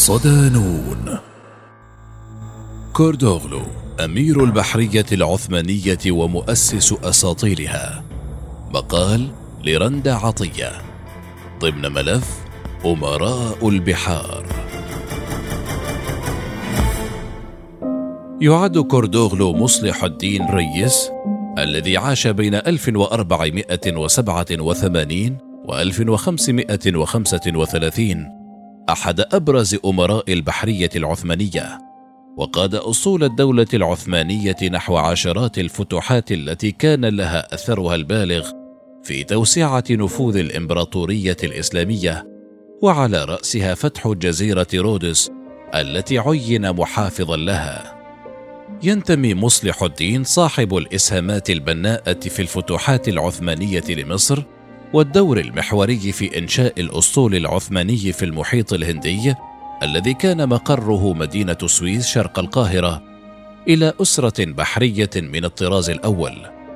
صدانون. كوردوغلو أمير البحرية العثمانية ومؤسس أساطيرها. مقال لرندا عطية ضمن ملف أمراء البحار. يعد كوردوغلو مصلح الدين ريس الذي عاش بين 1487 و 1535 أحد أبرز أمراء البحرية العثمانية، وقاد أصول الدولة العثمانية نحو عشرات الفتوحات التي كان لها أثرها البالغ في توسعة نفوذ الإمبراطورية الإسلامية، وعلى رأسها فتح جزيرة رودس التي عين محافظا لها. ينتمي مصلح الدين صاحب الإسهامات البناءة في الفتوحات العثمانية لمصر والدور المحوري في إنشاء الأسطول العثماني في المحيط الهندي الذي كان مقره مدينة سويس شرق القاهرة، إلى أسرة بحرية من الطراز الأول.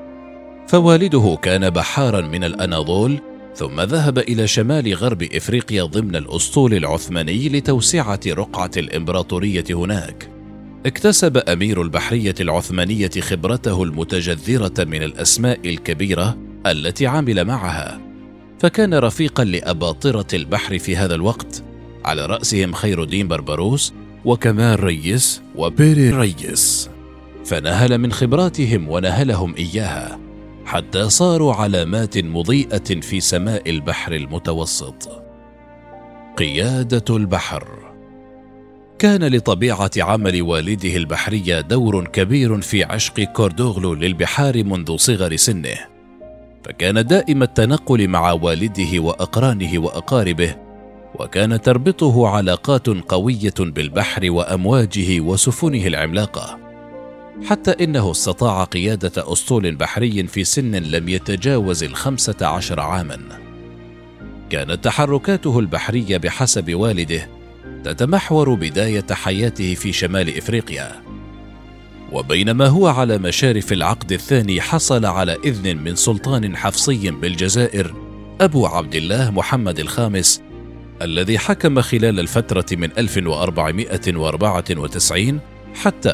فوالده كان بحارا من الأناضول، ثم ذهب إلى شمال غرب إفريقيا ضمن الأسطول العثماني لتوسعة رقعة الإمبراطورية هناك. اكتسب أمير البحرية العثمانية خبرته المتجذرة من الأسماء الكبيرة التي عمل معها، فكان رفيقا لأباطرة البحر في هذا الوقت، على رأسهم خير الدين بربروس وكمال ريس وبيري ريس، فنهل من خبراتهم ونهلهم إياها حتى صاروا علامات مضيئة في سماء البحر المتوسط. قيادة البحر. كان لطبيعة عمل والده البحرية دور كبير في عشق كوردوغلو للبحار منذ صغر سنه، فكان دائم التنقل مع والده وأقرانه وأقاربه، وكان تربطه علاقات قوية بالبحر وأمواجه وسفنه العملاقة، حتى إنه استطاع قيادة أسطول بحري في سن لم يتجاوز 15 عاما. كانت تحركاته البحرية بحسب والده تتمحور بداية حياته في شمال إفريقيا، وبينما هو على مشارف العقد الثاني حصل على إذن من سلطان حفصي بالجزائر أبو عبد الله محمد الخامس، الذي حكم خلال الفترة من 1494 حتى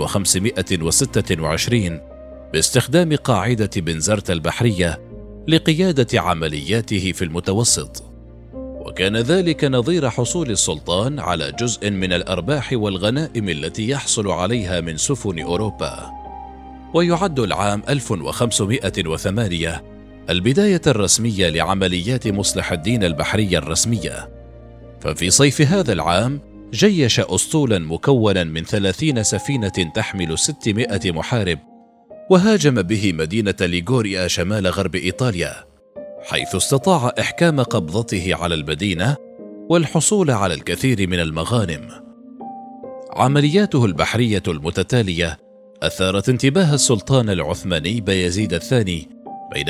1526 باستخدام قاعدة بنزرت البحرية لقيادة عملياته في المتوسط، وكان ذلك نظير حصول السلطان على جزء من الأرباح والغنائم التي يحصل عليها من سفن أوروبا. ويعد العام 1508 البداية الرسمية لعمليات مصلح الدين البحرية الرسمية، ففي صيف هذا العام جيش أسطولا مكونا من 30 سفينة تحمل 600 محارب، وهاجم به مدينة ليغوريا شمال غرب إيطاليا، حيث استطاع إحكام قبضته على المدينة والحصول على الكثير من المغانم. عملياته البحرية المتتالية أثارت انتباه السلطان العثماني بايزيد الثاني بين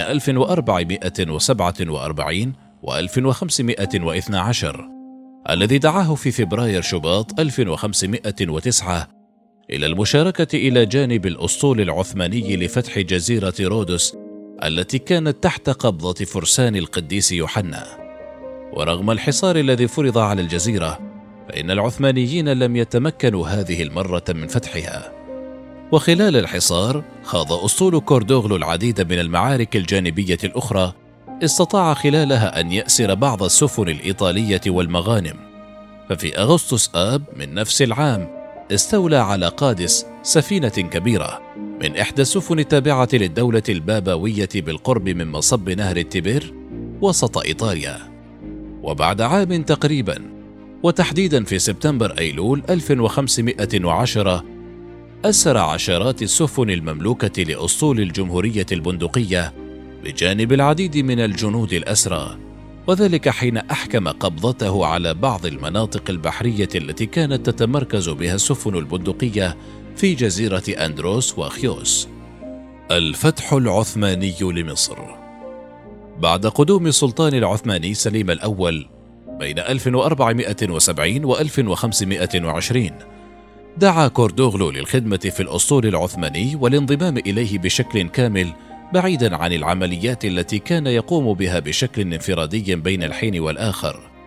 1447 و 1512، الذي دعاه في فبراير شباط 1509 إلى المشاركة إلى جانب الأسطول العثماني لفتح جزيرة رودس التي كانت تحت قبضة فرسان القديس يوحنا. ورغم الحصار الذي فرض على الجزيرة، فإن العثمانيين لم يتمكنوا هذه المرة من فتحها. وخلال الحصار خاض أسطول كوردوغلو العديد من المعارك الجانبية الأخرى استطاع خلالها أن يأسر بعض السفن الإيطالية والمغانم. ففي أغسطس آب من نفس العام استولى على قادس، سفينة كبيرة من إحدى السفن التابعة للدولة البابوية بالقرب من مصب نهر التبر وسط إيطاليا. وبعد عام تقريبا، وتحديدا في سبتمبر أيلول 1510، أسر عشرات السفن المملوكة لأسطول الجمهورية البندقية بجانب العديد من الجنود الأسرى، وذلك حين أحكم قبضته على بعض المناطق البحرية التي كانت تتمركز بها السفن البندقية في جزيرة أندروس وخيوس. الفتح العثماني لمصر. بعد قدوم السلطان العثماني سليم الأول بين 1470 و 1520، دعا كوردوغلو للخدمة في الأسطول العثماني والانضمام إليه بشكل كامل، بعيدا عن العمليات التي كان يقوم بها بشكل انفرادي بين الحين والآخر.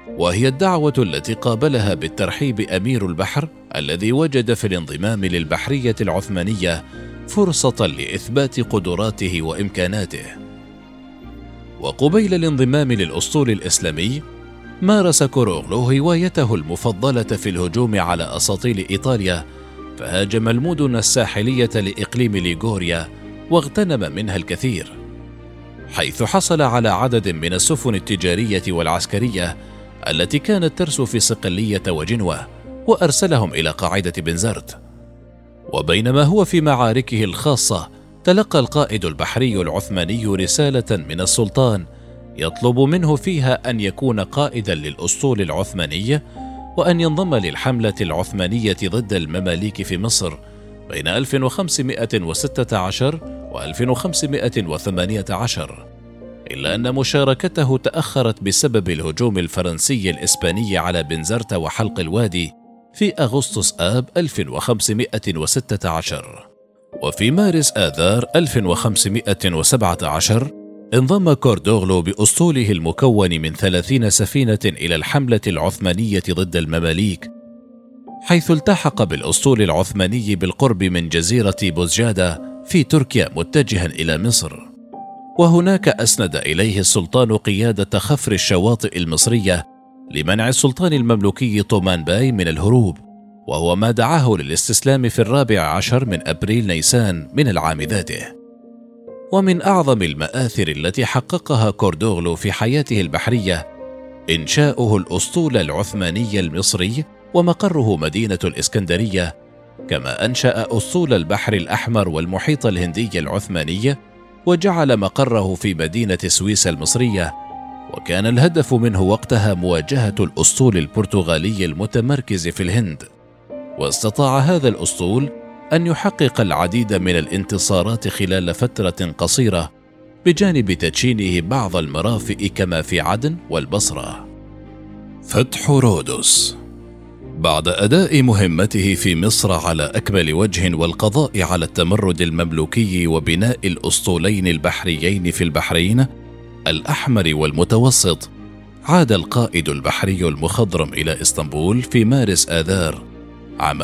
وهي الدعوة التي قابلها بالترحيب أمير البحر الذي وجد في الانضمام للبحرية العثمانية فرصة لإثبات قدراته وإمكاناته. وقبيل الانضمام للأسطول الإسلامي مارس كوروغلو هوايته المفضلة في الهجوم على أساطيل إيطاليا، فهاجم المدن الساحلية لإقليم ليغوريا واغتنم منها الكثير، حيث حصل على عدد من السفن التجارية والعسكرية التي كانت ترسو في صقلية وجنوة، وأرسلهم إلى قاعدة بنزرت. وبينما هو في معاركه الخاصة تلقى القائد البحري العثماني رسالة من السلطان يطلب منه فيها أن يكون قائدا للأسطول العثماني وأن ينضم للحملة العثمانية ضد المماليك في مصر بين 1516 و 1518، إلا أن مشاركته تأخرت بسبب الهجوم الفرنسي الإسباني على بنزرت وحلق الوادي في أغسطس آب 1516. وفي مارس آذار 1517 انضم كوردوغلو بأسطوله المكون من 30 سفينة إلى الحملة العثمانية ضد المماليك، حيث التحق بالأسطول العثماني بالقرب من جزيرة بوزجادة في تركيا متجها إلى مصر، وهناك أسند إليه السلطان قيادة خفر الشواطئ المصرية لمنع السلطان المملوكي طومان باي من الهروب، وهو ما دعاه للاستسلام في 14 من أبريل نيسان من العام ذاته. ومن أعظم المآثر التي حققها كوردوغلو في حياته البحرية إنشاؤه الأسطول العثماني المصري ومقره مدينة الإسكندرية، كما أنشأ أسطول البحر الأحمر والمحيط الهندي العثماني وجعل مقره في مدينة سويسا المصرية، وكان الهدف منه وقتها مواجهة الأسطول البرتغالي المتمركز في الهند. واستطاع هذا الأسطول أن يحقق العديد من الانتصارات خلال فترة قصيرة، بجانب تدشينه بعض المرافئ كما في عدن والبصرة. فتح رودوس. بعد أداء مهمته في مصر على أكمل وجه والقضاء على التمرد المملوكي وبناء الأسطولين البحريين في البحرين الأحمر والمتوسط، عاد القائد البحري المخضرم إلى إسطنبول في مارس آذار عام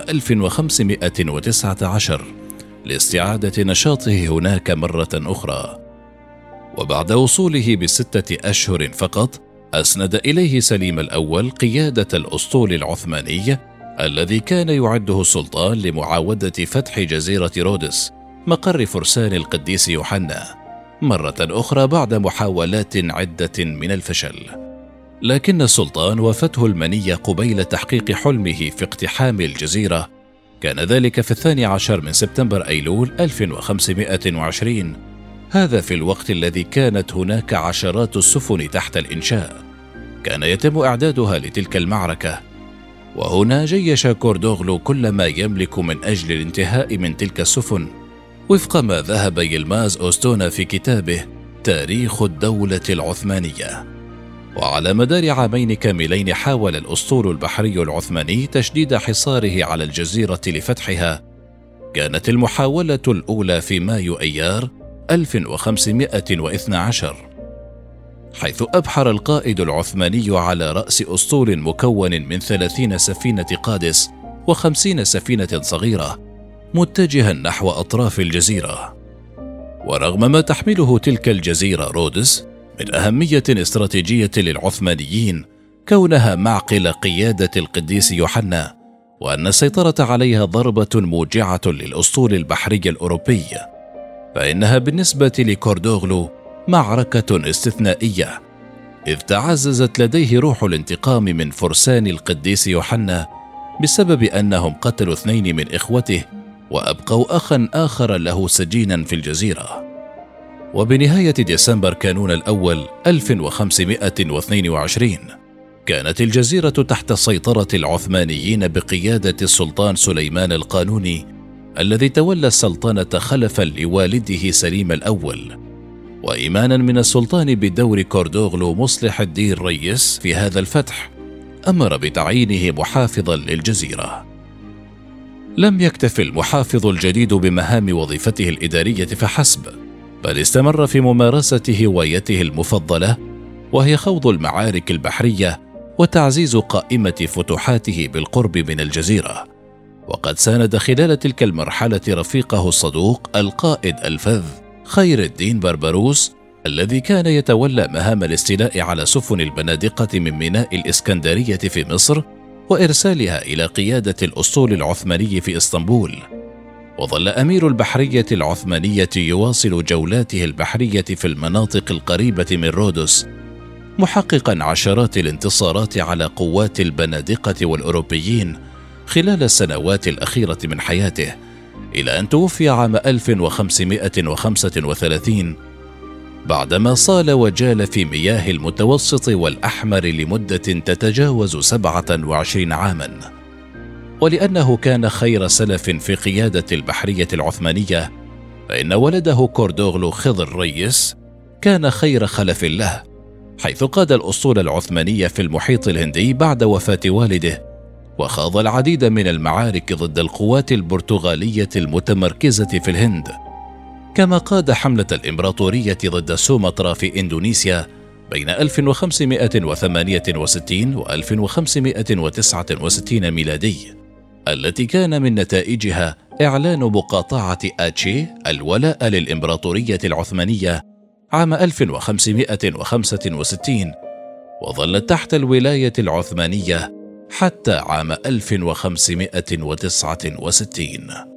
1519 لاستعادة نشاطه هناك مرة أخرى. وبعد وصوله ب6 أشهر فقط أسند إليه سليم الأول قيادة الأسطول العثماني الذي كان يعده السلطان لمعاودة فتح جزيرة رودس مقر فرسان القديس يوحنا مرة أخرى بعد محاولات عدة من الفشل. لكن السلطان وافته المنية قبيل تحقيق حلمه في اقتحام الجزيرة، كان ذلك في 12 من سبتمبر أيلول 1520، هذا في الوقت الذي كانت هناك عشرات السفن تحت الإنشاء كان يتم إعدادها لتلك المعركة. وهنا جيش كوردوغلو كل ما يملك من أجل الانتهاء من تلك السفن، وفق ما ذهب يلماز أوستونا في كتابه تاريخ الدولة العثمانية. وعلى مدار عامين كاملين حاول الأسطول البحري العثماني تشديد حصاره على الجزيرة لفتحها. كانت المحاولة الأولى في مايو أيار 1512، حيث أبحر القائد العثماني على رأس أسطول مكون من 30 سفينة قادس و50 سفينة صغيرة متجها نحو أطراف الجزيرة. ورغم ما تحمله تلك الجزيرة رودس من أهمية استراتيجية للعثمانيين، كونها معقل قيادة القديس يوحنا، وأن السيطرة عليها ضربة موجعة للأسطول البحري الأوروبي، فإنها بالنسبة لكوردوغلو معركة استثنائية، إذ تعززت لديه روح الانتقام من فرسان القديس يوحنا بسبب أنهم قتلوا 2 من إخوته وأبقوا أخا آخر له سجينا في الجزيرة. وبنهاية ديسمبر كانون الأول 1522 كانت الجزيرة تحت سيطرة العثمانيين بقيادة السلطان سليمان القانوني الذي تولى السلطنة خلفا لوالده سليم الأول. وإيمانا من السلطان بدور كوردوغلو مصلح الدين ريس في هذا الفتح، أمر بتعيينه محافظا للجزيرة. لم يكتف المحافظ الجديد بمهام وظيفته الإدارية فحسب، بل استمر في ممارسة هوايته المفضلة، وهي خوض المعارك البحرية وتعزيز قائمة فتوحاته بالقرب من الجزيرة. وقد ساند خلال تلك المرحلة رفيقه الصدوق القائد الفذ خير الدين بربروس، الذي كان يتولى مهام الاستيلاء على سفن البنادقة من ميناء الإسكندرية في مصر وإرسالها إلى قيادة الأسطول العثماني في إسطنبول. وظل أمير البحرية العثمانية يواصل جولاته البحرية في المناطق القريبة من رودوس، محققا عشرات الانتصارات على قوات البنادقة والأوروبيين خلال السنوات الأخيرة من حياته، إلى أن توفي عام 1535 بعدما صال وجال في مياه المتوسط والأحمر لمدة تتجاوز 27 عاما. ولأنه كان خير سلف في قيادة البحرية العثمانية، فإن ولده كوردوغلو خضر ريس كان خير خلف له، حيث قاد الأسطول العثماني في المحيط الهندي بعد وفاة والده، وخاض العديد من المعارك ضد القوات البرتغالية المتمركزة في الهند، كما قاد حملة الإمبراطورية ضد سومطرة في إندونيسيا بين 1568 و 1569 ميلادي، التي كان من نتائجها إعلان مقاطعة آتشي الولاء للإمبراطورية العثمانية عام 1565، وظلت تحت الولاية العثمانية حتى عام 1569.